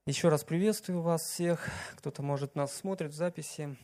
Еще раз приветствую вас всех, кто-то, может, нас смотрит в записи.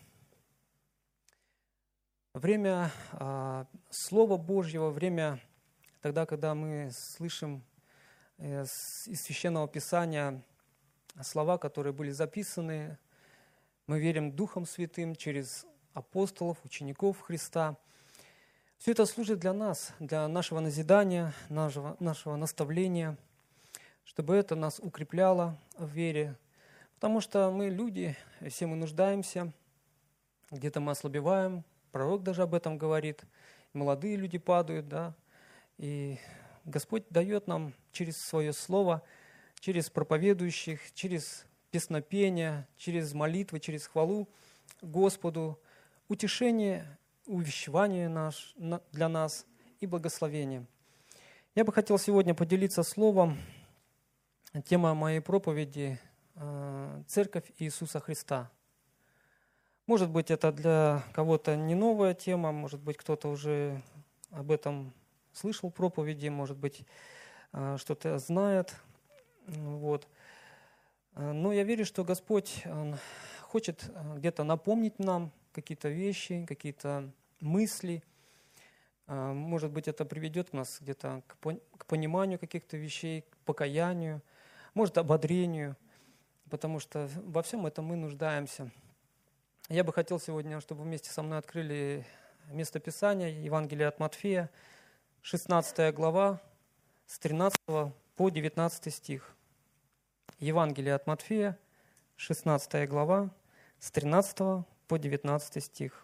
Время Слова Божьего, время тогда, когда мы слышим из Священного Писания слова, которые были записаны, мы верим Духом Святым через апостолов, учеников Христа. Все это служит для нас, для нашего назидания, нашего наставления, чтобы это нас укрепляло в вере. Потому что мы люди, все мы нуждаемся, где-то мы ослабеваем, пророк даже об этом говорит, молодые люди падают, да, и Господь дает нам через Свое Слово, через проповедующих, через песнопение, через молитвы, через хвалу Господу, утешение, увещевание для нас и благословение. Я бы хотел сегодня поделиться словом. Тема моей проповеди – Церковь Иисуса Христа. Может быть, это для кого-то не новая тема, может быть, кто-то уже об этом слышал проповеди, может быть, что-то знает. Вот. Но я верю, что Господь хочет где-то напомнить нам какие-то вещи, какие-то мысли. Может быть, это приведет нас где-то к пониманию каких-то вещей, к покаянию, может, ободрению, потому что во всем этом мы нуждаемся. Я бы хотел сегодня, чтобы вместе со мной открыли местописание Евангелия от Матфея, 16 глава, с 13 по 19 стих. Евангелие от Матфея, 16 глава, с 13 по 19 стих.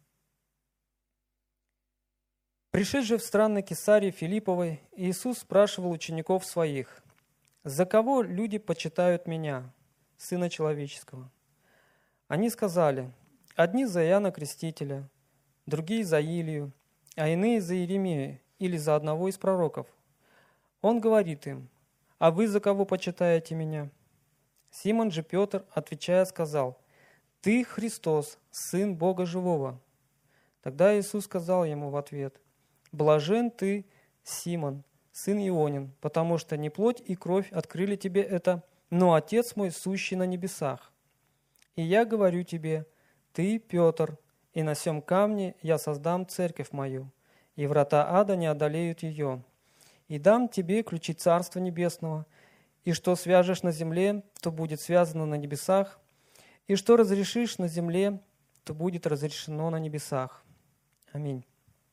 «Пришедший в страны Кесарии Филипповой, Иисус спрашивал учеников своих: „За кого люди почитают Меня, Сына Человеческого?“ Они сказали: „Одни за Иоанна Крестителя, другие за Илию, а иные за Иеремию или за одного из пророков“. Он говорит им: „А вы за кого почитаете Меня?“ Симон же Петр, отвечая, сказал: „Ты Христос, Сын Бога Живого“. Тогда Иисус сказал ему в ответ: „Блажен ты, Симон, сын Ионин, потому что не плоть и кровь открыли тебе это, но Отец мой, сущий на небесах. И я говорю тебе: ты, Петр, и на сем камне я создам церковь мою, и врата ада не одолеют ее. И дам тебе ключи Царства Небесного, и что свяжешь на земле, то будет связано на небесах, и что разрешишь на земле, то будет разрешено на небесах. Аминь».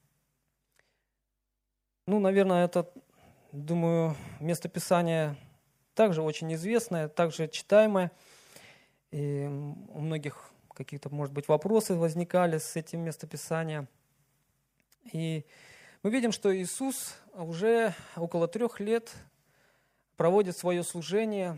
Наверное, это, думаю, местописание также очень известное, также читаемое. И у многих какие-то, может быть, вопросы возникали с этим местописанием. И мы видим, что Иисус уже около 3 лет проводит свое служение.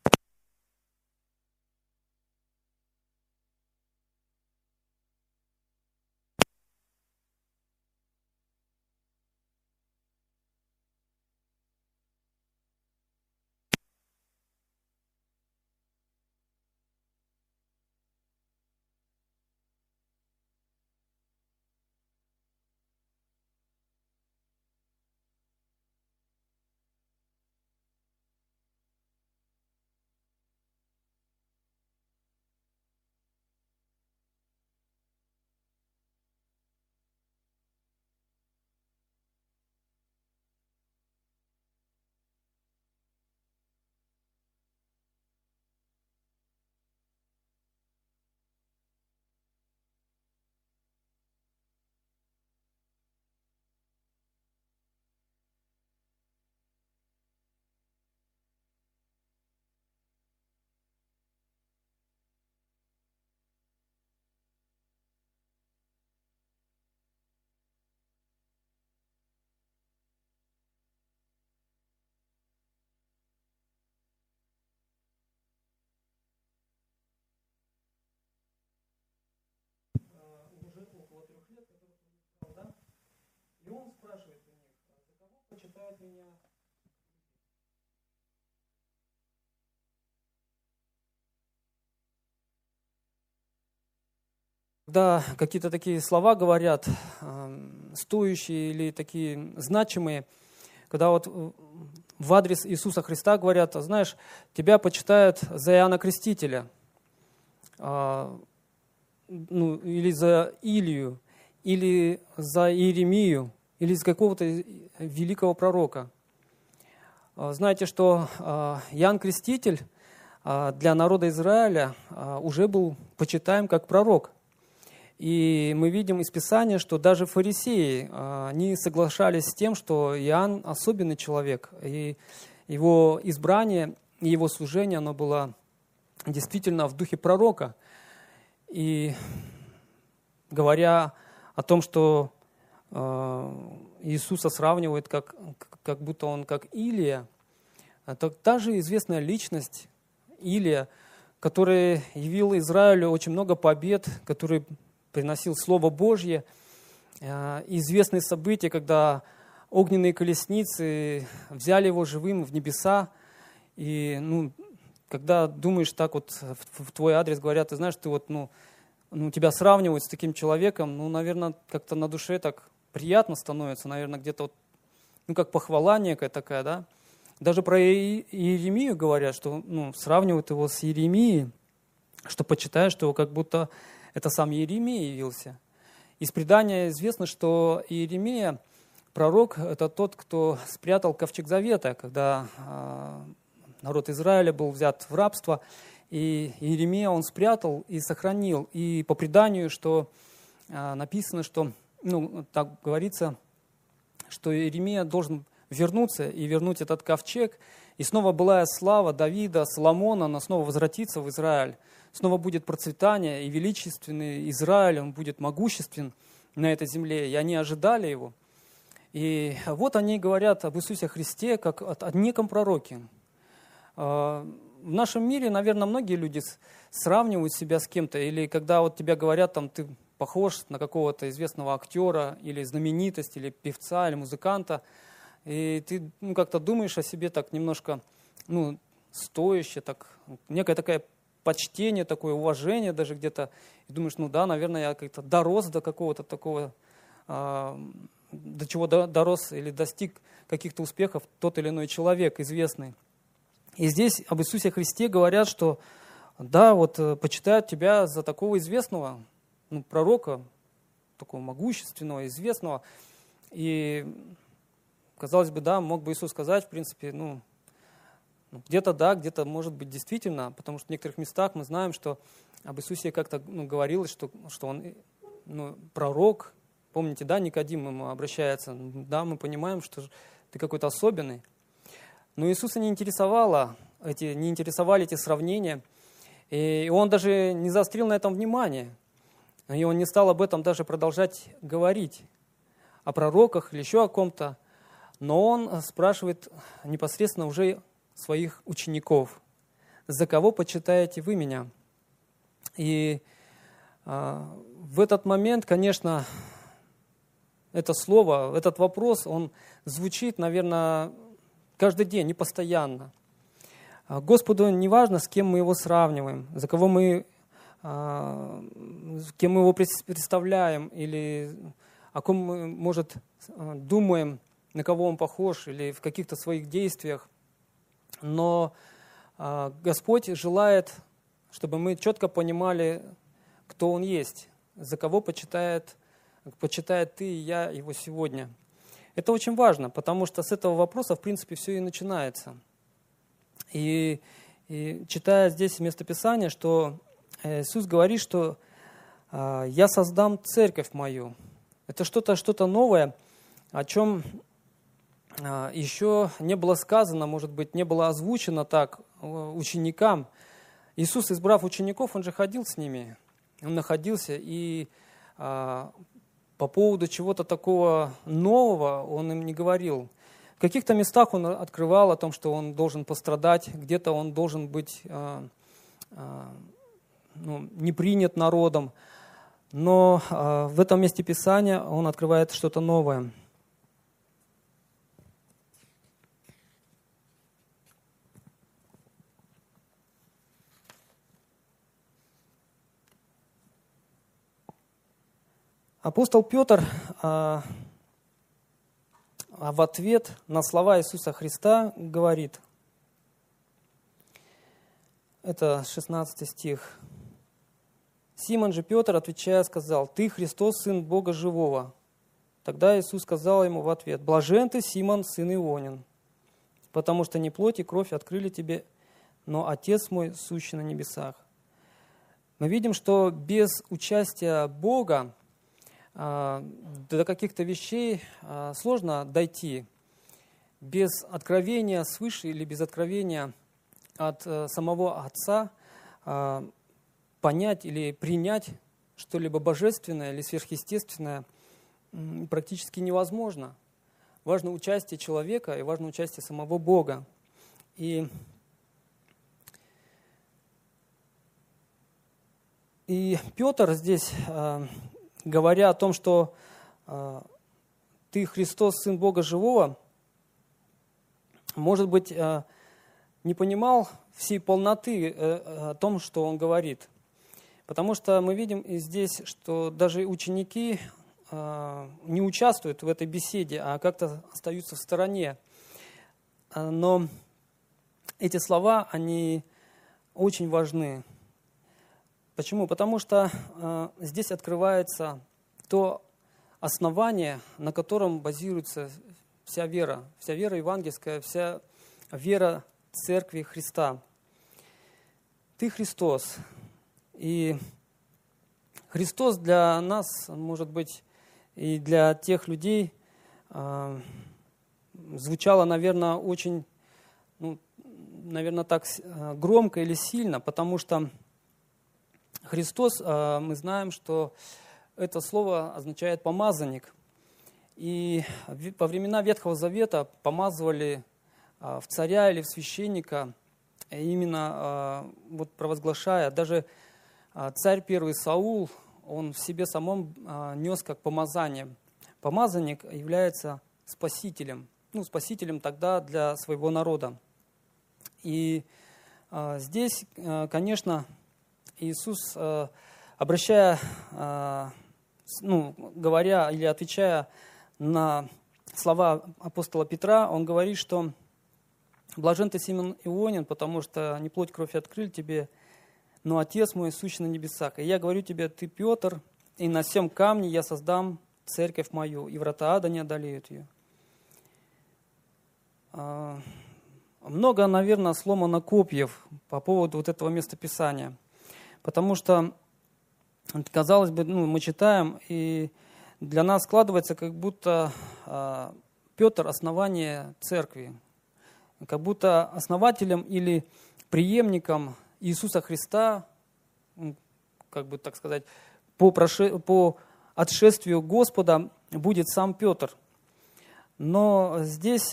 Уже около 3 лет, который он сказал, да? И он спрашивает у них: «За кого почитают Меня?» Когда какие-то такие слова говорят, стоящие или такие значимые, когда вот в адрес Иисуса Христа говорят: знаешь, тебя почитают за Иоанна Крестителя, или за Илию, или за Иеремию, или за какого-то великого пророка. Знаете, что Иоанн Креститель для народа Израиля уже был почитаем как пророк. И мы видим из Писания, что даже фарисеи не соглашались с тем, что Иоанн особенный человек, и его избрание, и его служение, оно было действительно в духе пророка. И говоря о том, что Иисуса сравнивают как будто он как Илия, это та же известная личность Илия, который явил Израилю очень много побед, который приносил Слово Божье. Известные события, когда огненные колесницы взяли его живым в небеса. И когда думаешь так вот, в твой адрес говорят: ты знаешь, ты тебя сравнивают с таким человеком, наверное, как-то на душе так приятно становится, наверное, где-то как похвала некая такая, да. Даже про Иеремию говорят, что сравнивают его с Иеремией, что почитают, что как будто это сам Иеремия явился. Из предания известно, что Иеремия, пророк, это тот, кто спрятал ковчег Завета, когда народ Израиля был взят в рабство, и Иеремия он спрятал и сохранил. И по преданию, что написано, что, так говорится, что Иеремия должен вернуться и вернуть этот ковчег, и снова былая слава Давида, Соломона, она снова возвратится в Израиль. Снова будет процветание, и величественный Израиль, он будет могуществен на этой земле, и они ожидали его. И вот они говорят об Иисусе Христе как о неком пророке. В нашем мире, наверное, многие люди сравнивают себя с кем-то, или когда тебя говорят, ты похож на какого-то известного актера, или знаменитость, или певца, или музыканта, и ты как-то думаешь о себе так немножко стояще, так, некая такая почтение, такое уважение даже где-то. И думаешь, наверное, я как-то дорос до какого-то такого, до чего дорос или достиг каких-то успехов тот или иной человек известный. И здесь об Иисусе Христе говорят, что да, почитают тебя за такого известного пророка, такого могущественного, известного. И, казалось бы, да, мог бы Иисус сказать, в принципе, где-то да, где-то может быть действительно, потому что в некоторых местах мы знаем, что об Иисусе как-то говорилось, что он пророк. Помните, да, Никодим ему обращается, да, мы понимаем, что ты какой-то особенный. Но Иисуса не интересовали эти сравнения, и он даже не заострил на этом внимание, и он не стал об этом даже продолжать говорить, о пророках или еще о ком-то, но он спрашивает непосредственно уже своих учеников: «За кого почитаете вы меня?» И в этот момент, конечно, это слово, этот вопрос, он звучит, наверное, каждый день, не постоянно. Господу не важно, с кем мы его сравниваем, с кем мы его представляем, или о ком мы, может, думаем, на кого он похож, или в каких-то своих действиях. Но Господь желает, чтобы мы четко понимали, кто Он есть, за кого почитает ты и я его сегодня. Это очень важно, потому что с этого вопроса, в принципе, все и начинается. И читая здесь местописание, что Иисус говорит, что «я создам церковь мою». Это что-то новое, о чем еще не было сказано, может быть, не было озвучено так ученикам. Иисус, избрав учеников, Он же ходил с ними, Он находился, и по поводу чего-то такого нового Он им не говорил. В каких-то местах Он открывал о том, что Он должен пострадать, где-то Он должен быть не принят народом, но в этом месте Писания Он открывает что-то новое. Апостол Петр в ответ на слова Иисуса Христа говорит, это 16 стих. «Симон же Петр, отвечая, сказал, «Ты, Христос, Сын Бога Живого». Тогда Иисус сказал ему в ответ, «Блажен ты, Симон, сын Ионин, потому что не плоть и кровь открыли тебе, но Отец мой, сущий на небесах». Мы видим, что без участия Бога до каких-то вещей сложно дойти. Без откровения свыше или без откровения от самого Отца понять или принять что-либо божественное или сверхъестественное практически невозможно. Важно участие человека и важно участие самого Бога. И Петр здесь, говоря о том, что ты Христос, Сын Бога Живого, может быть, не понимал всей полноты о том, что он говорит. Потому что мы видим и здесь, что даже ученики не участвуют в этой беседе, а как-то остаются в стороне. Но эти слова, они очень важны. Почему? Потому что здесь открывается то основание, на котором базируется вся вера евангельская, вся вера Церкви Христа. Ты Христос. И Христос для нас, может быть, и для тех людей звучало, наверное, очень, наверное, так громко или сильно, потому что Христос, мы знаем, что это слово означает «помазанник». И во времена Ветхого Завета помазывали в царя или в священника, именно вот провозглашая, даже царь первый Саул, он в себе самом нес как помазание. Помазанник является спасителем, спасителем тогда для своего народа. И здесь, конечно, Иисус, обращая, говоря или отвечая на слова апостола Петра, он говорит, что «Блажен ты, Симон Ионин, потому что не плоть кровь открыли тебе, но Отец мой, сущий на небесах. И я говорю тебе, ты Петр, и на сем камне я создам церковь мою, и врата ада не одолеют ее». Много, наверное, сломано копьев по поводу вот этого местописания. Потому что, казалось бы, мы читаем, и для нас складывается, как будто Петр – основание церкви, как будто основателем или преемником Иисуса Христа, как бы так сказать, по отшествию Господа будет сам Петр. Но здесь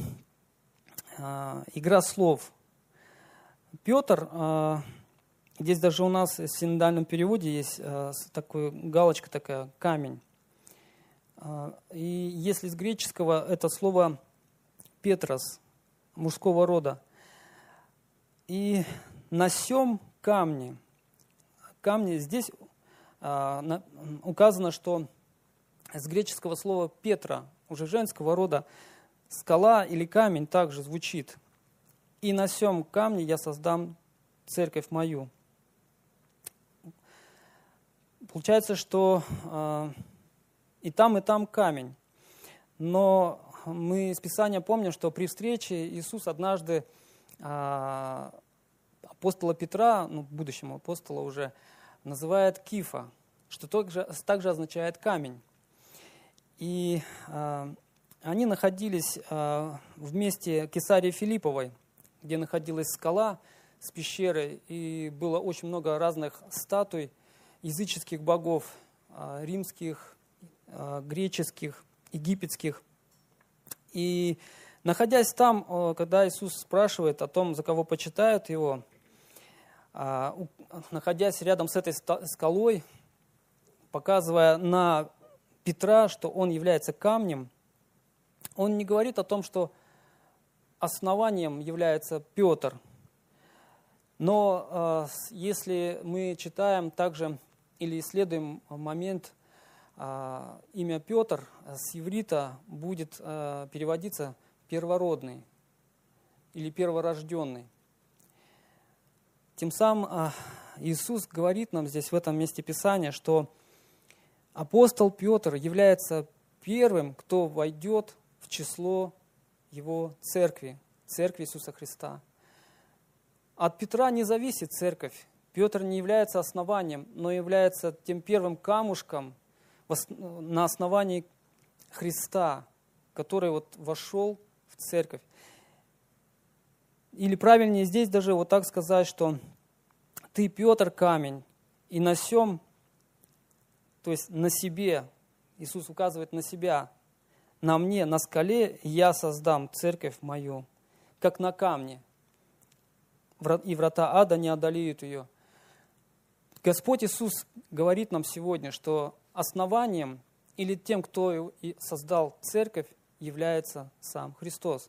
игра слов. Петр, здесь даже у нас в синодальном переводе есть такая галочка, такая камень. И если с греческого это слово Петрос, мужского рода. И на сем камне здесь указано, что с греческого слова Петра, уже женского рода, скала или камень также звучит. И на сем камне я создам церковь мою. Получается, что и там камень. Но мы из Писания помним, что при встрече Иисус однажды апостола Петра, будущему апостола уже, называет Кифа, что также означает камень. И они находились в месте Кесарии Филипповой, где находилась скала с пещерой, и было очень много разных статуй языческих богов, римских, греческих, египетских. И находясь там, когда Иисус спрашивает о том, за кого почитают его, находясь рядом с этой скалой, показывая на Петра, что он является камнем, он не говорит о том, что основанием является Петр. Но если мы читаем также или исследуем момент имя Петр с иврита будет переводиться первородный или перворожденный. Тем самым Иисус говорит нам здесь в этом месте Писания, что апостол Петр является первым, кто войдет в число его церкви, церкви Иисуса Христа. От Петра не зависит церковь. Петр не является основанием, но является тем первым камушком на основании Христа, который вошел в церковь. Или правильнее здесь даже вот так сказать, что ты, Петр, камень, и на сем, то есть на себе, Иисус указывает на себя, на мне, на скале я создам церковь мою, как на камне, и врата ада не одолеют ее. Господь Иисус говорит нам сегодня, что основанием или тем, кто создал церковь, является сам Христос.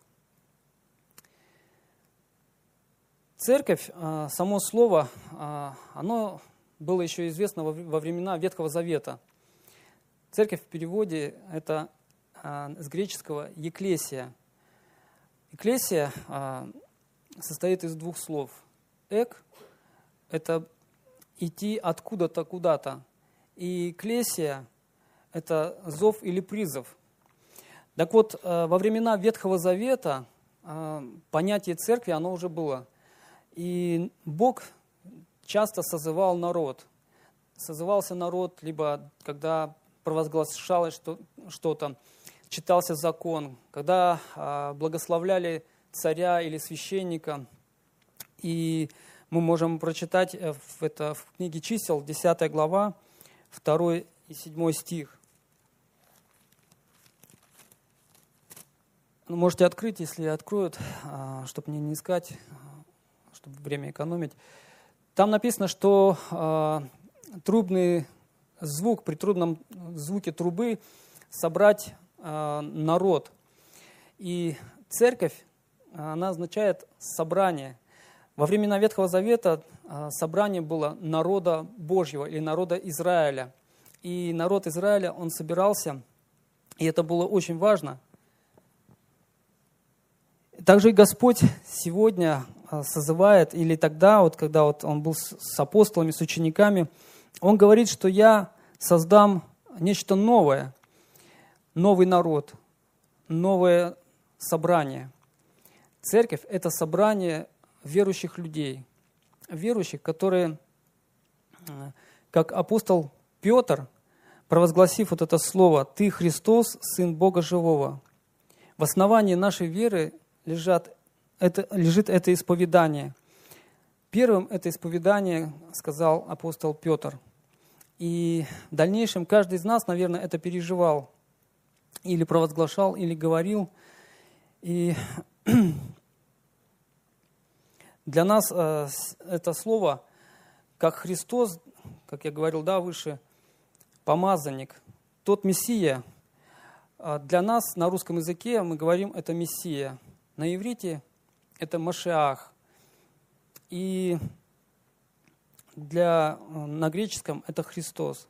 Церковь, само слово, оно было еще известно во времена Ветхого Завета. Церковь в переводе это с греческого «екклесия». Екклесия состоит из двух слов. «Эк» – это идти откуда-то куда-то. И «клесия» – это зов или призыв. Так вот, во времена Ветхого Завета понятие церкви, оно уже было. И Бог часто созывал народ. Созывался народ, либо когда провозглашалось что-то, читался закон, когда благословляли царя или священника. И мы можем прочитать в книге Чисел, 10 глава, 2 и 7 стих. Можете открыть, если откроют, чтобы мне не искать, чтобы время экономить. Там написано, что трубный звук, при трубном звуке трубы собрать народ. И церковь, она означает собрание. Во времена Ветхого Завета собрание было народа Божьего или народа Израиля. И народ Израиля, он собирался, и это было очень важно. Также и Господь сегодня созывает, или тогда, когда Он был с апостолами, с учениками, Он говорит, что я создам нечто новое, новый народ, новое собрание. Церковь – это собрание верующих людей, верующих, которые, как апостол Петр, провозгласив вот это слово «Ты, Христос, Сын Бога Живого», в основании нашей веры лежит это исповедание. Первым это исповедание сказал апостол Петр. И в дальнейшем каждый из нас, наверное, это переживал, или провозглашал, или говорил. И для нас это слово, как Христос, как я говорил выше, помазанник, тот Мессия. Для нас на русском языке мы говорим это Мессия. На иврите это Машиах. И на греческом это Христос.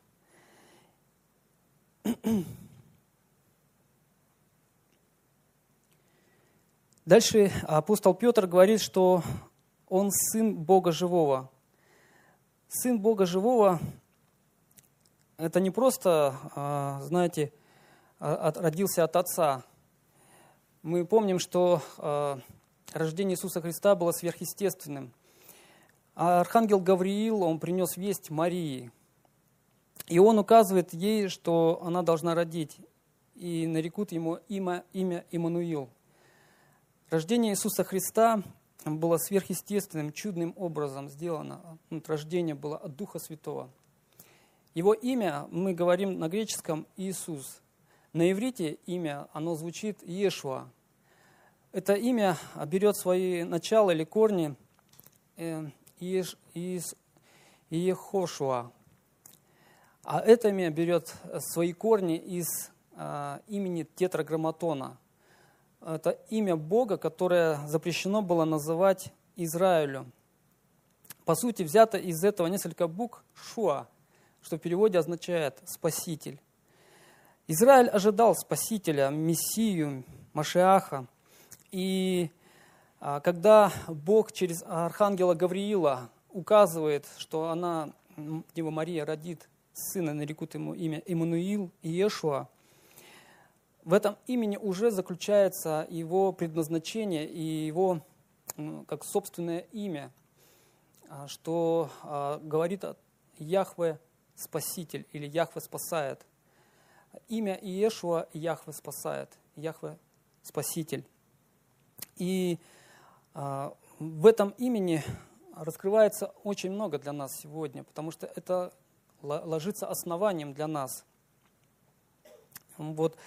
Дальше апостол Петр говорит, что он сын Бога Живого. Сын Бога Живого – это не просто, знаете, родился от Отца. Мы помним, что рождение Иисуса Христа было сверхъестественным. А архангел Гавриил, он принес весть Марии. И он указывает ей, что она должна родить. И нарекут ему имя Иммануил. Рождение Иисуса Христа было сверхъестественным, чудным образом сделано. Рождение было от Духа Святого. Его имя, мы говорим на греческом Иисус. На иврите имя, оно звучит Иешуа. Это имя берет свои начала или корни из Иехошуа. А это имя берет свои корни из имени Тетраграмматона. Это имя Бога, которое запрещено было называть Израилю. По сути, взято из этого несколько букв «шуа», что в переводе означает «спаситель». Израиль ожидал Спасителя, Мессию, Машиаха. И когда Бог через архангела Гавриила указывает, что Дева Мария родит сына, нарекут ему имя Иммануил, Иешуа, в этом имени уже заключается его предназначение и его как собственное имя, что говорит Яхве Спаситель или Яхве спасает. Имя Иешуа Яхве спасает, Яхве Спаситель. И в этом имени раскрывается очень много для нас сегодня, потому что это ложится основанием для нас. Вот.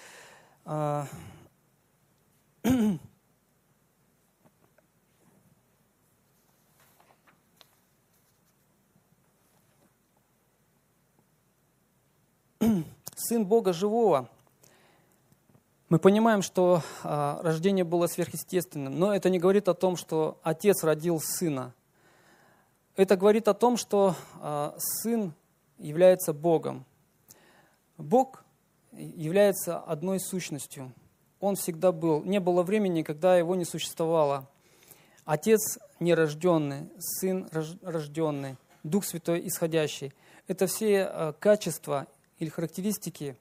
Сын Бога Живого. Мы понимаем, что рождение было сверхъестественным, но это не говорит о том, что Отец родил Сына. Это говорит о том, что Сын является Богом. Бог является одной сущностью. Он всегда был. Не было времени, когда Его не существовало. Отец нерожденный, Сын рожденный, Дух Святой исходящий. Это все качества или характеристики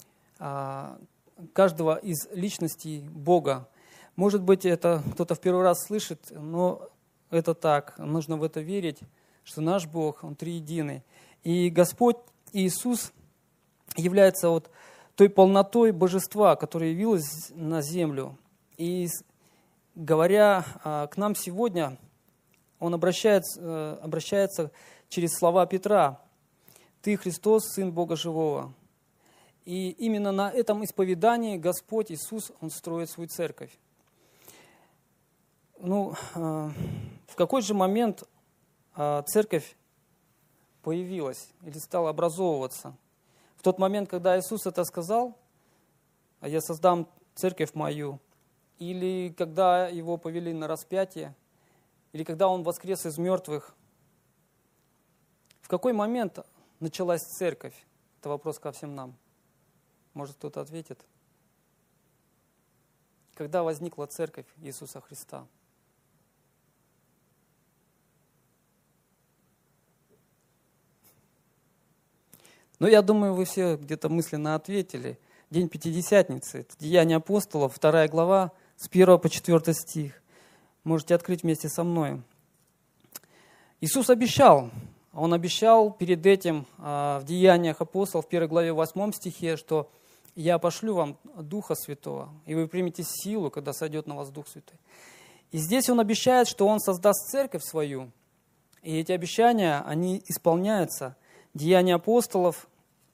каждого из личностей Бога. Может быть, это кто-то в первый раз слышит, но это так. Нужно в это верить, что наш Бог, Он триединый. И Господь Иисус является вот той полнотой божества, которая явилась на землю. И говоря к нам сегодня, Он обращается через слова Петра: «Ты, Христос, Сын Бога Живого». И именно на этом исповедании Господь Иисус, Он строит свою церковь. В какой же момент церковь появилась или стала образовываться? В тот момент, когда Иисус это сказал: «Я создам церковь мою», или когда Его повели на распятие, или когда Он воскрес из мертвых? В какой момент началась церковь? Это вопрос ко всем нам. Может, кто-то ответит? Когда возникла церковь Иисуса Христа? Я думаю, вы все где-то мысленно ответили. День Пятидесятницы, это Деяния апостолов, 2 глава, с 1 по 4 стих. Можете открыть вместе со мной. Иисус обещал. Он обещал перед этим в Деяниях апостолов, в 1 главе 8 стихе, что «Я пошлю вам Духа Святого, и вы примете силу, когда сойдет на вас Дух Святой». И здесь Он обещает, что Он создаст церковь свою. И эти обещания, они исполняются. Деяния апостолов,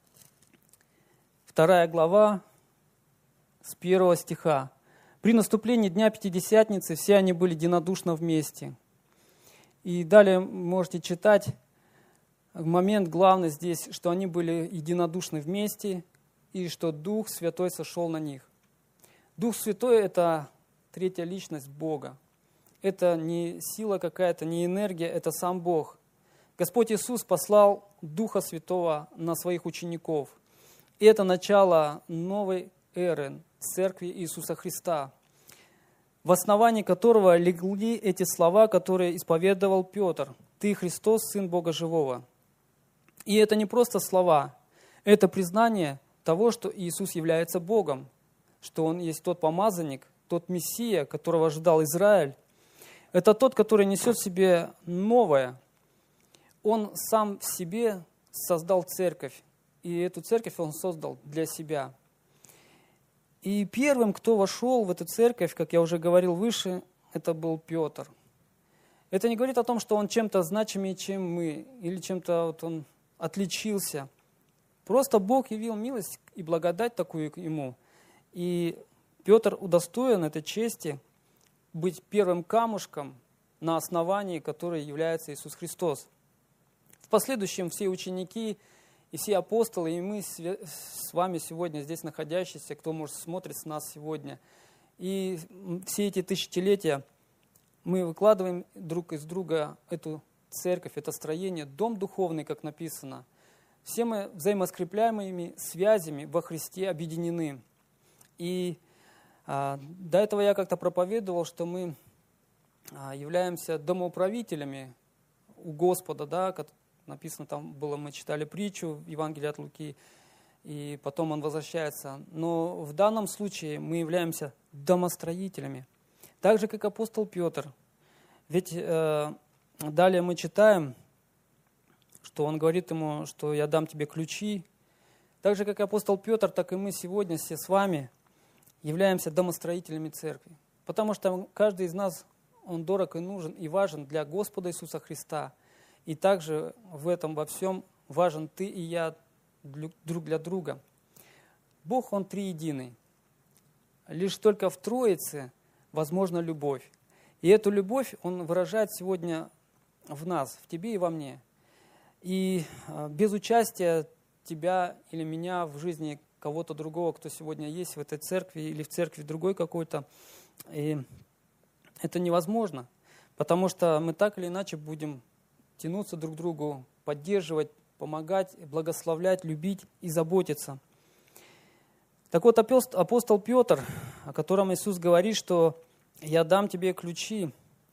2 глава, с 1 стиха. «При наступлении Дня Пятидесятницы все они были единодушно вместе». И далее можете читать. Момент главный здесь, что они были единодушны вместе, и что Дух Святой сошел на них. Дух Святой – это третья личность Бога. Это не сила какая-то, не энергия, это сам Бог. Господь Иисус послал Духа Святого на своих учеников. И это начало новой эры Церкви Иисуса Христа, в основании которого легли эти слова, которые исповедовал Петр: «Ты, Христос, Сын Бога Живого». И это не просто слова, это признание того, что Иисус является Богом, что Он есть тот помазанник, тот Мессия, которого ожидал Израиль. Это тот, который несет в себе новое. Он сам в себе создал церковь, и эту церковь Он создал для себя. И первым, кто вошел в эту церковь, как я уже говорил выше, это был Петр. Это не говорит о том, что он чем-то значимее, чем мы, или чем-то он отличился. Просто Бог явил милость и благодать такую ему. И Петр удостоен этой чести быть первым камушком на основании, которой является Иисус Христос. В последующем все ученики и все апостолы, и мы с вами сегодня здесь находящиеся, кто, может, смотрит с нас сегодня, и все эти тысячелетия мы выкладываем друг из друга эту церковь, это строение, дом духовный, как написано. Все мы взаимоскрепляемыми связями во Христе объединены. И до этого я как-то проповедовал, что мы являемся домоуправителями у Господа, да, как написано там было, мы читали притчу в Евангелии от Луки, и потом он возвращается. Но в данном случае мы являемся домостроителями, так же, как апостол Петр. Ведь далее мы читаем, что он говорит ему, что я дам тебе ключи. Так же, как апостол Петр, так и мы сегодня все с вами являемся домостроителями церкви. Потому что каждый из нас, он дорог и нужен, и важен для Господа Иисуса Христа. И также в этом во всем важен ты и я друг для друга. Бог, Он триединый. Лишь только в Троице возможна любовь. И эту любовь Он выражает сегодня в нас, в тебе и во мне. И без участия тебя или меня в жизни кого-то другого, кто сегодня есть в этой церкви или в церкви другой какой-то, и это невозможно, потому что мы так или иначе будем тянуться друг к другу, поддерживать, помогать, благословлять, любить и заботиться. Так вот, апостол Петр, о котором Иисус говорит, что «я дам тебе ключи,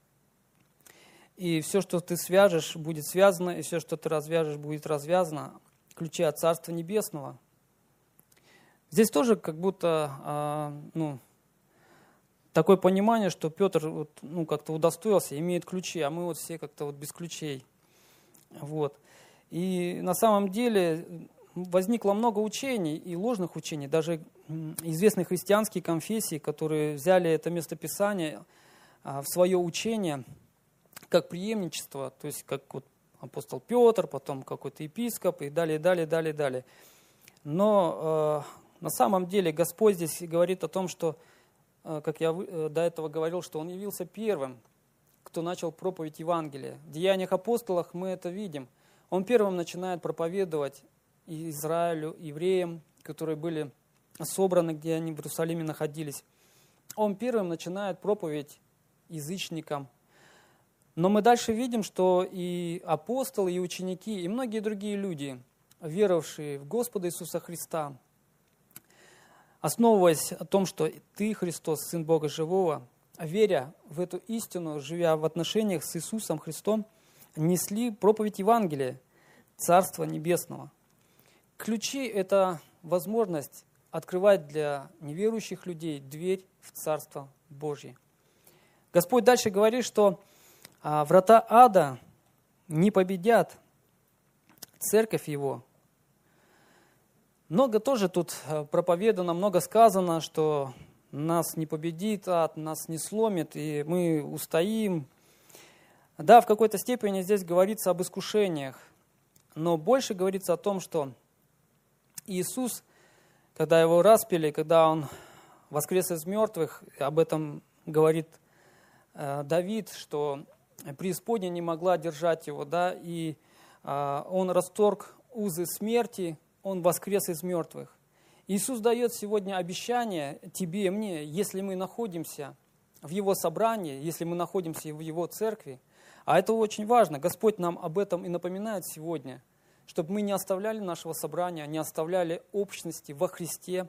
и все, что ты свяжешь, будет связано, и все, что ты развяжешь, будет развязано, ключи от Царства Небесного». Здесь тоже как будто такое понимание, что Петр как-то удостоился, имеет ключи, а мы все как-то без ключей. Вот. И на самом деле возникло много учений и ложных учений, даже известные христианские конфессии, которые взяли это местописание в свое учение как преемничество, то есть как вот апостол Петр, потом какой-то епископ и далее, далее, далее, далее. Но на самом деле Господь здесь говорит о том, что, как я до этого говорил, что Он явился первым, кто начал проповедь Евангелия. В Деяниях апостолов мы это видим. Он первым начинает проповедовать и Израилю, евреям, которые были собраны, где они в Иерусалиме находились. Он первым начинает проповедь язычникам. Но мы дальше видим, что и апостолы, и ученики, и многие другие люди, веровавшие в Господа Иисуса Христа, основываясь о том, что Ты, Христос, Сын Бога Живого, веря в эту истину, живя в отношениях с Иисусом Христом, несли проповедь Евангелия, Царства Небесного. Ключи – это возможность открывать для неверующих людей дверь в Царство Божье. Господь дальше говорит, что врата ада не победят церковь Его. Много тоже тут проповедано, много сказано, что нас не победит ад, нас не сломит, и мы устоим. Да, в какой-то степени здесь говорится об искушениях, но больше говорится о том, что Иисус, когда Его распяли, когда Он воскрес из мертвых, об этом говорит Давид, что преисподняя не могла держать Его, да, и Он расторг узы смерти, Он воскрес из мертвых. Иисус дает сегодня обещание тебе и мне, если мы находимся в Его собрании, если мы находимся в Его церкви, а это очень важно, Господь нам об этом и напоминает сегодня, чтобы мы не оставляли нашего собрания, не оставляли общности во Христе.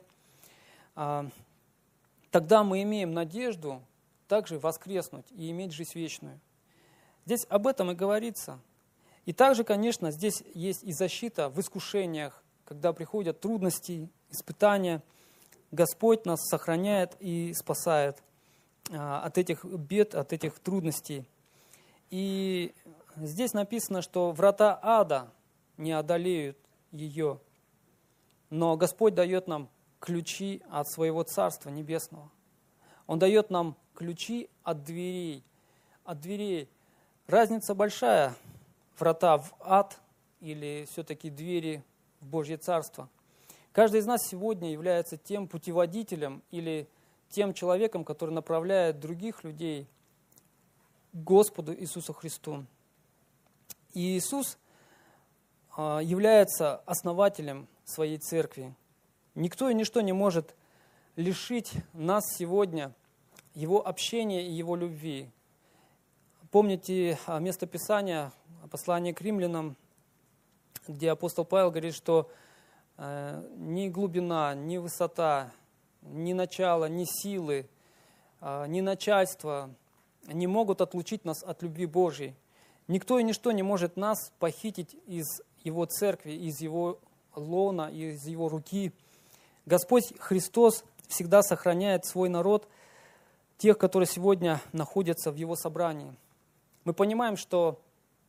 Тогда мы имеем надежду также воскреснуть и иметь жизнь вечную. Здесь об этом и говорится. И также, конечно, здесь есть и защита в искушениях, когда приходят трудности, испытания. Господь нас сохраняет и спасает от этих бед, от этих трудностей. И здесь написано, что врата ада не одолеют ее, но Господь дает нам ключи от своего Царства Небесного. Он дает нам ключи от дверей. От дверей. Разница большая. Врата в ад или все-таки двери в Божье Царство. Каждый из нас сегодня является тем путеводителем или тем человеком, который направляет других людей к Господу Иисусу Христу. И Иисус является основателем своей церкви. Никто и ничто не может лишить нас сегодня Его общения и Его любви. Помните место Писания, послание к римлянам, где апостол Павел говорит, что ни глубина, ни высота, ни начало, ни силы, ни начальство не могут отлучить нас от любви Божьей. Никто и ничто не может нас похитить из Его церкви, из Его лона, из Его руки. Господь Христос всегда сохраняет свой народ, тех, которые сегодня находятся в Его собрании. Мы понимаем, что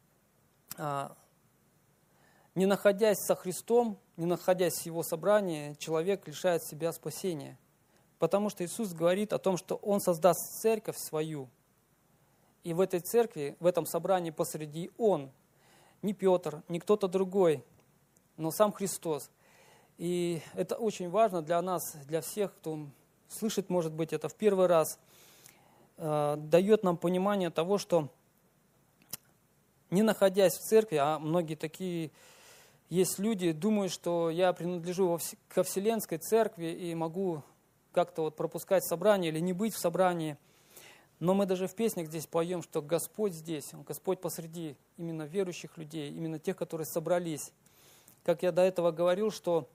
не находясь со Христом, не находясь в Его собрании, человек лишает себя спасения. Потому что Иисус говорит о том, что Он создаст церковь свою. И в этой церкви, в этом собрании посреди Он, не Петр, не кто-то другой, но сам Христос. И это очень важно для нас, для всех, кто слышит, может быть, это в первый раз, дает нам понимание того, что не находясь в церкви, а многие такие есть люди, думают, что я принадлежу ко Вселенской церкви и могу как-то вот пропускать собрание или не быть в собрании. Но мы даже в песнях здесь поем, что Господь здесь, Господь посреди именно верующих людей, именно тех, которые собрались. Как я до этого говорил, что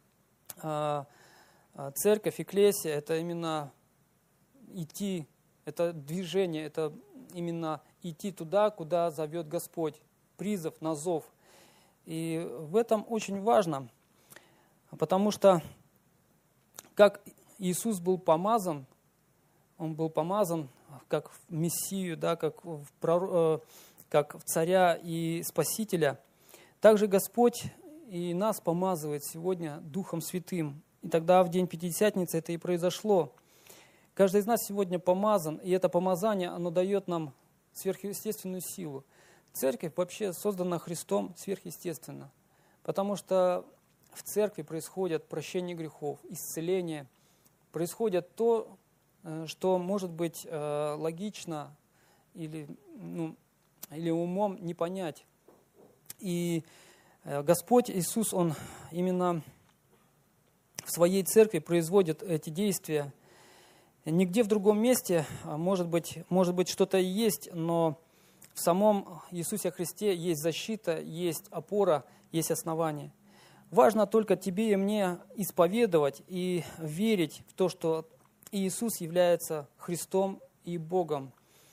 церковь, экклесия – это именно идти, это движение, это именно идти туда, куда зовет Господь, призыв на зов. И в этом очень важно, потому что как Иисус был помазан, Он был помазан как в Мессию, да, как в царя и Спасителя, также Господь и нас помазывает сегодня Духом Святым. И тогда в день Пятидесятницы это и произошло. Каждый из нас сегодня помазан, и это помазание, оно дает нам сверхъестественную силу. Церковь вообще создана Христом сверхъестественно, потому что в церкви происходит прощение грехов, исцеление, происходит то, что может быть логично или умом не понять. И Господь Иисус, Он именно в своей церкви производит эти действия. Нигде в другом месте, может быть что-то и есть, но в самом Иисусе Христе есть защита, есть опора, есть основание. Важно только тебе и мне исповедовать и верить в то, что Иисус является Христом и Богом,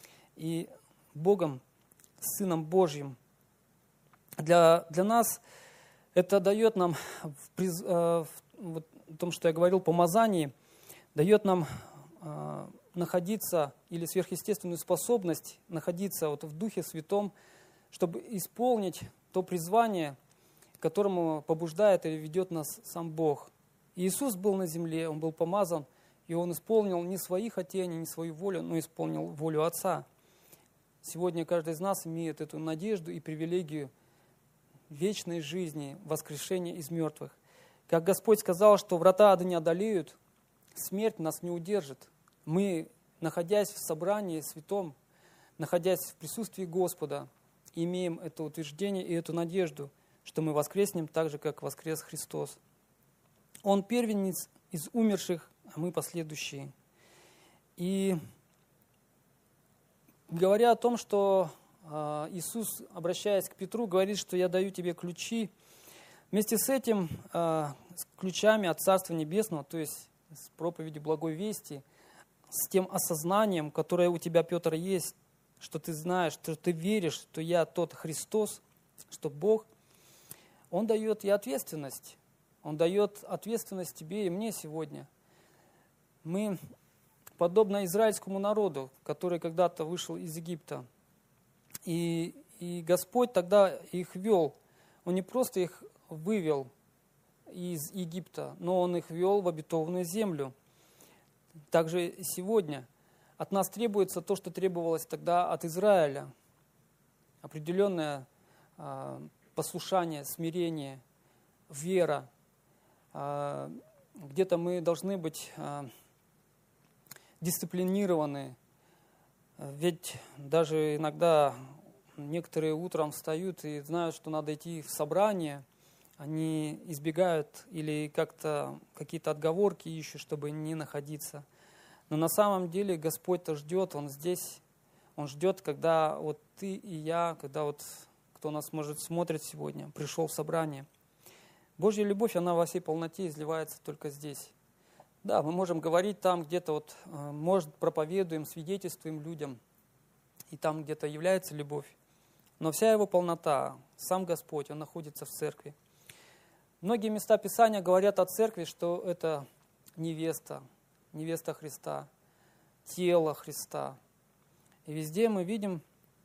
Сыном Божьим. Для нас это дает нам, в том, что я говорил, помазании, дает нам находиться, или сверхъестественную способность находиться вот в Духе Святом, чтобы исполнить то призвание, к которому побуждает или ведет нас сам Бог. Иисус был на земле, Он был помазан, и Он исполнил не свои хотения, не свою волю, но исполнил волю Отца. Сегодня каждый из нас имеет эту надежду и привилегию вечной жизни, воскрешения из мертвых. Как Господь сказал, что врата ада не одолеют, смерть нас не удержит. Мы, находясь в собрании святом, находясь в присутствии Господа, имеем это утверждение и эту надежду, что мы воскреснем так же, как воскрес Христос. Он первенец из умерших, а мы последующие. И говоря о том, что Иисус, обращаясь к Петру, говорит, что я даю тебе ключи, вместе с этим, с ключами от Царства Небесного, то есть с проповедью Благой Вести, с тем осознанием, которое у тебя, Петр, есть, что ты знаешь, что ты веришь, что я тот Христос, что Бог, Он дает и ответственность. Он дает ответственность тебе и мне сегодня. Мы, подобно израильскому народу, который когда-то вышел из Египта, и Господь тогда их вел. Он не просто их вывел из Египта, но Он их вел в обетованную землю. Также сегодня от нас требуется то, что требовалось тогда от Израиля. Определенное послушание, смирение, вера. Где-то мы должны быть дисциплинированы. Ведь даже иногда некоторые утром встают и знают, что надо идти в собрание. Они избегают или как-то какие-то отговорки ищут, чтобы не находиться. Но на самом деле Господь-то ждет, Он здесь. Он ждет, когда вот ты и я, когда вот кто нас, может, смотрит сегодня, пришел в собрание. Божья любовь, она во всей полноте изливается только здесь. Да, мы можем говорить там где-то, вот, может, проповедуем, свидетельствуем людям, и там где-то является любовь. Но вся его полнота, сам Господь, Он находится в церкви. Многие места Писания говорят о церкви, что это невеста Христа, тело Христа. И везде мы видим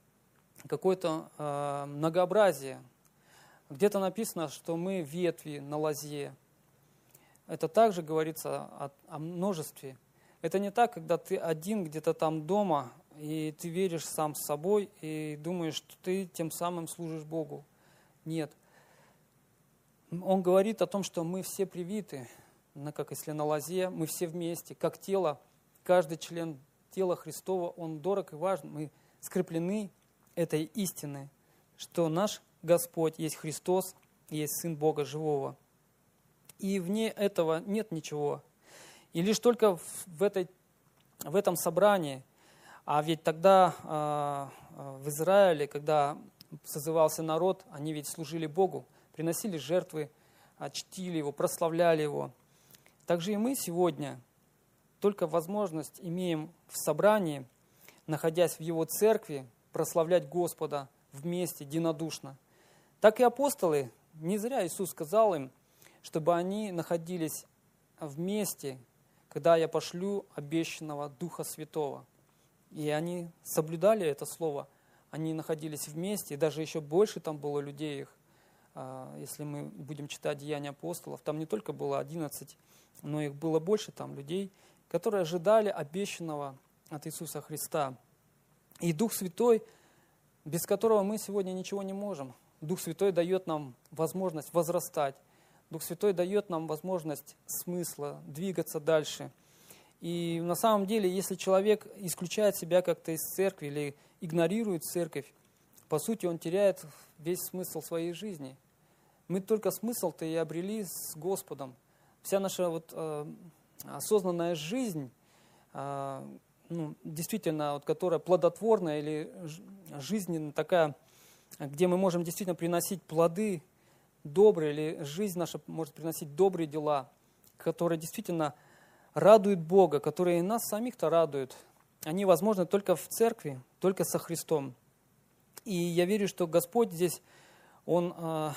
какое-то многообразие. Где-то написано, что мы ветви на лозе. Это также говорится о множестве. Это не так, когда ты один где-то там дома, и ты веришь сам с собой, и думаешь, что ты тем самым служишь Богу. Нет. Он говорит о том, что мы все привиты, как если на лозе, мы все вместе, как тело, каждый член тела Христова, он дорог и важен. Мы скреплены этой истиной, что наш Господь есть Христос, есть Сын Бога Живого. И вне этого нет ничего. И лишь только в этом собрании, а ведь тогда в Израиле, когда созывался народ, они ведь служили Богу, приносили жертвы, чтили Его, прославляли Его. Также и мы сегодня только возможность имеем в собрании, находясь в Его церкви, прославлять Господа вместе, единодушно. Так и апостолы, не зря Иисус сказал им, чтобы они находились вместе, когда я пошлю обещанного Духа Святого. И они соблюдали это слово, они находились вместе, и даже еще больше там было людей их. Если мы будем читать Деяния апостолов, там не только было 11, но их было больше там людей, которые ожидали обещанного от Иисуса Христа. И Дух Святой, без которого мы сегодня ничего не можем. Дух Святой дает нам возможность возрастать. Дух Святой дает нам возможность смысла, двигаться дальше. И на самом деле, если человек исключает себя как-то из церкви или игнорирует церковь, по сути, он теряет весь смысл своей жизни. Мы только смысл-то и обрели с Господом. Вся наша осознанная жизнь, действительно, которая плодотворная или жизненная такая, где мы можем действительно приносить плоды добрые, или жизнь наша может приносить добрые дела, которые действительно радуют Бога, которые и нас самих-то радуют. Они возможны только в церкви, только со Христом. И я верю, что Господь здесь, Он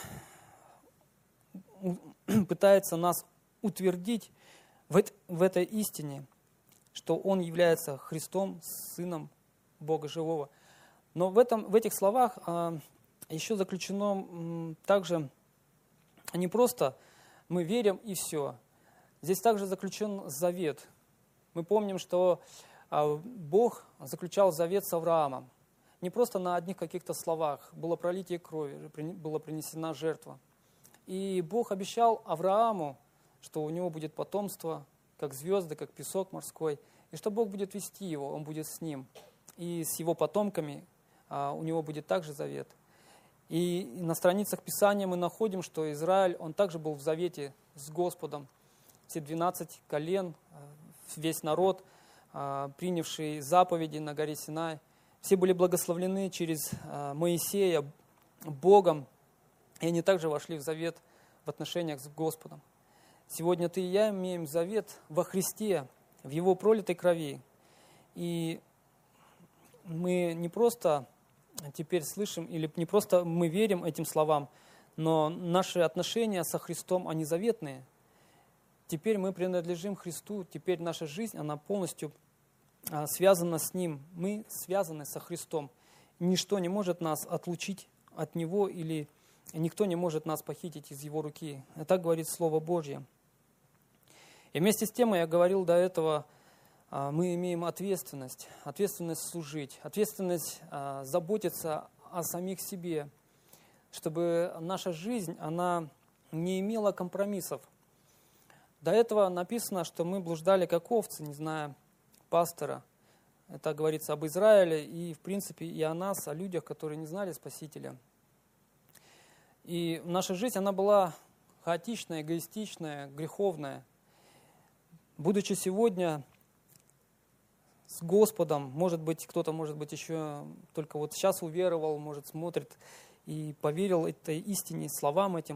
пытается нас утвердить в этой истине, что Он является Христом, Сыном Бога Живого. Но в этих словах еще заключено также не просто мы верим и все. Здесь также заключен завет. Мы помним, что Бог заключал завет с Авраамом. Не просто на одних каких-то словах. Было пролитие крови, была принесена жертва. И Бог обещал Аврааму, что у него будет потомство, как звезды, как песок морской, и что Бог будет вести его, он будет с ним. И с его потомками у него будет также завет. И на страницах Писания мы находим, что Израиль, он также был в завете с Господом. Все 12 колен, весь народ, принявший заповеди на горе Синай, все были благословлены через Моисея Богом, и они также вошли в завет в отношениях с Господом. Сегодня ты и я имеем завет во Христе, в Его пролитой крови. И мы не просто теперь слышим, или не просто мы верим этим словам, но наши отношения со Христом, они заветные. Теперь мы принадлежим Христу, теперь наша жизнь, она полностью связана с Ним. Мы связаны со Христом. Ничто не может нас отлучить от Него, или никто не может нас похитить из Его руки. И так говорит Слово Божье. И вместе с тем, я говорил до этого, мы имеем ответственность служить, ответственность заботиться о самих себе, чтобы наша жизнь, она не имела компромиссов. До этого написано, что мы блуждали как овцы, не зная пастора. Это говорится об Израиле и, в принципе, и о нас, о людях, которые не знали Спасителя. И наша жизнь, она была хаотичная, эгоистичная, греховная. Будучи сегодня с Господом, может быть, кто-то, может быть, еще только вот сейчас уверовал, может, смотрит и поверил этой истине, словам этим.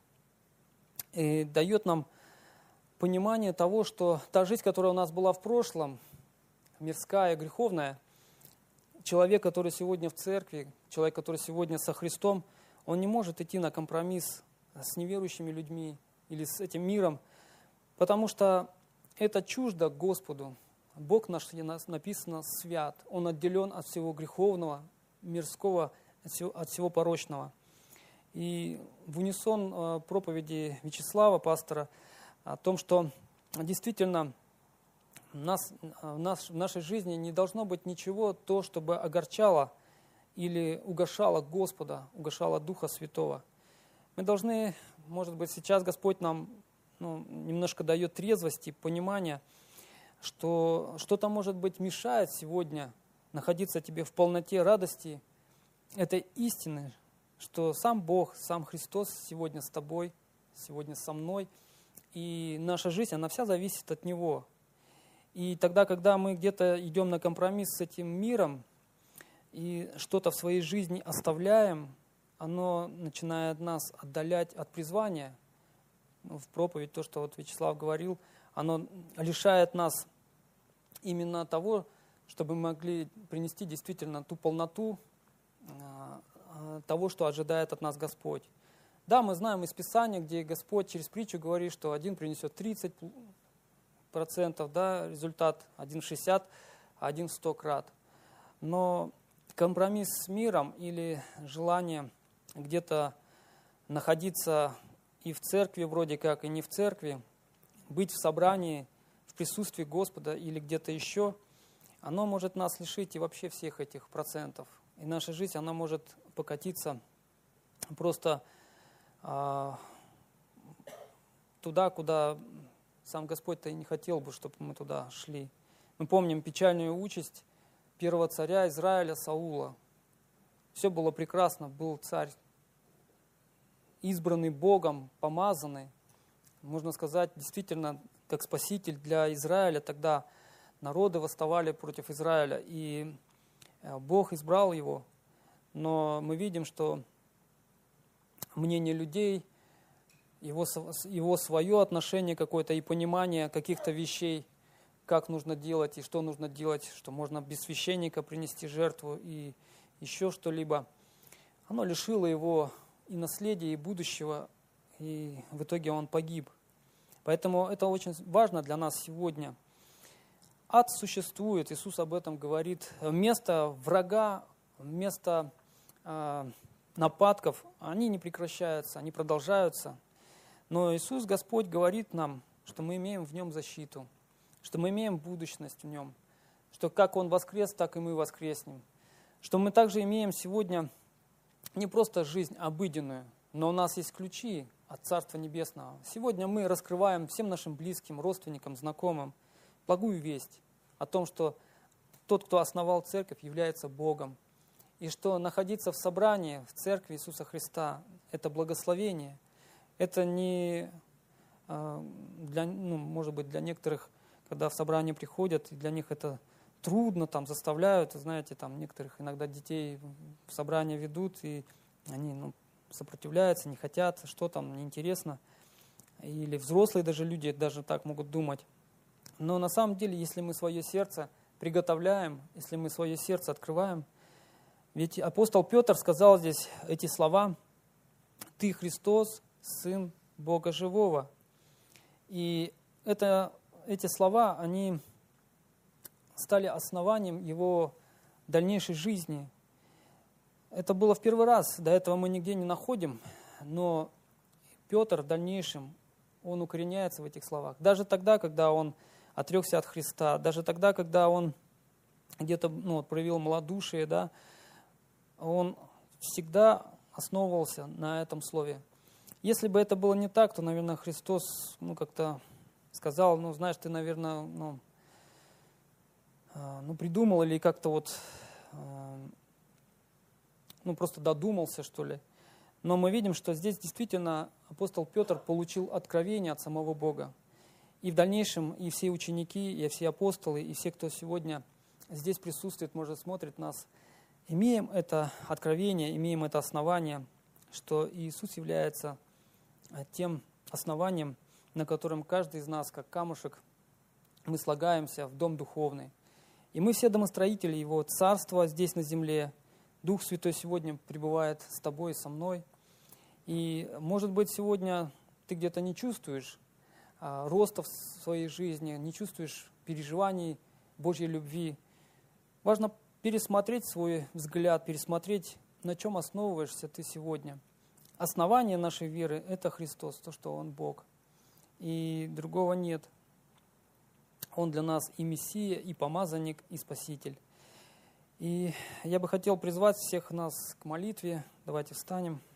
И дает нам понимание того, что та жизнь, которая у нас была в прошлом, мирская, греховная, человек, который сегодня в церкви, человек, который сегодня со Христом, он не может идти на компромисс с неверующими людьми или с этим миром, потому что это чуждо Господу. Бог наш, написано, свят. Он отделен от всего греховного, мирского, от всего порочного. И в унисон проповеди Вячеслава, пастора, о том, что действительно в нашей жизни не должно быть ничего, то, чтобы огорчало или угошало Господа, угошало Духа Святого. Мы должны, может быть, сейчас Господь нам немножко дает трезвости, понимания, что что-то, может быть, мешает сегодня находиться тебе в полноте радости этой истины, что сам Бог, сам Христос сегодня с тобой, сегодня со мной, и наша жизнь, она вся зависит от Него. И тогда, когда мы где-то идем на компромисс с этим миром и что-то в своей жизни оставляем, оно начинает нас отдалять от призвания. В проповедь, то, что вот Вячеслав говорил, оно лишает нас именно того, чтобы мы могли принести действительно ту полноту того, что ожидает от нас Господь. Да, мы знаем из Писания, где Господь через притчу говорит, что один принесет 30%, да, результат, один в 60, а один в 100 крат. Но компромисс с миром или желание где-то находиться и в церкви вроде как, и не в церкви, быть в собрании, в присутствии Господа или где-то еще, оно может нас лишить и вообще всех этих процентов. И наша жизнь, она может покатиться просто туда, куда сам Господь-то и не хотел бы, чтобы мы туда шли. Мы помним печальную участь первого царя Израиля Саула. Все было прекрасно, был царь, избранный Богом, помазанный, можно сказать, действительно, как спаситель для Израиля. Тогда народы восставали против Израиля, и Бог избрал его. Но мы видим, что мнение людей, его свое отношение какое-то и понимание каких-то вещей, как нужно делать и что нужно делать, что можно без священника принести жертву и еще что-либо, оно лишило его и наследия, и будущего, и в итоге он погиб. Поэтому это очень важно для нас сегодня. Ад существует, Иисус об этом говорит. Вместо врага, вместо нападков, они не прекращаются, они продолжаются. Но Иисус, Господь, говорит нам, что мы имеем в Нем защиту, что мы имеем будущность в Нем, что как Он воскрес, так и мы воскреснем, что мы также имеем сегодня не просто жизнь обыденную, но у нас есть ключи от Царства Небесного. Сегодня мы раскрываем всем нашим близким, родственникам, знакомым благую весть о том, что тот, кто основал церковь, является Богом, и что находиться в собрании, в церкви Иисуса Христа – это благословение. Это не, может быть, для некоторых, когда в собрание приходят, для них это трудно, там, заставляют, знаете, там, некоторых иногда детей в собрание ведут, и они сопротивляются, не хотят, что там, неинтересно. Или взрослые даже люди даже так могут думать. Но на самом деле, если мы свое сердце приготовляем, если мы свое сердце открываем, ведь апостол Петр сказал здесь эти слова: «Ты, Христос, Сын Бога Живого». И эти слова, они стали основанием его дальнейшей жизни. Это было в первый раз, до этого мы нигде не находим, но Петр в дальнейшем, он укореняется в этих словах. Даже тогда, когда он отрекся от Христа, даже тогда, когда он где-то проявил малодушие, да, он всегда основывался на этом слове. Если бы это было не так, то, наверное, Христос как-то сказал, знаешь, ты, наверное, придумал или как-то просто додумался, что ли. Но мы видим, что здесь действительно апостол Петр получил откровение от самого Бога. И в дальнейшем и все ученики, и все апостолы, и все, кто сегодня здесь присутствует, может, смотрит нас, имеем это откровение, имеем это основание, что Иисус является тем основанием, на котором каждый из нас, как камушек, мы слагаемся в дом духовный. И мы все домостроители Его Царства здесь на земле. Дух Святой сегодня пребывает с тобой и со мной. И, может быть, сегодня ты где-то не чувствуешь роста в своей жизни, не чувствуешь переживаний Божьей любви. Важно пересмотреть свой взгляд, пересмотреть, на чем основываешься ты сегодня. Основание нашей веры – это Христос, то, что Он Бог. И другого нет. Он для нас и Мессия, и помазанник, и Спаситель. И я бы хотел призвать всех нас к молитве. Давайте встанем.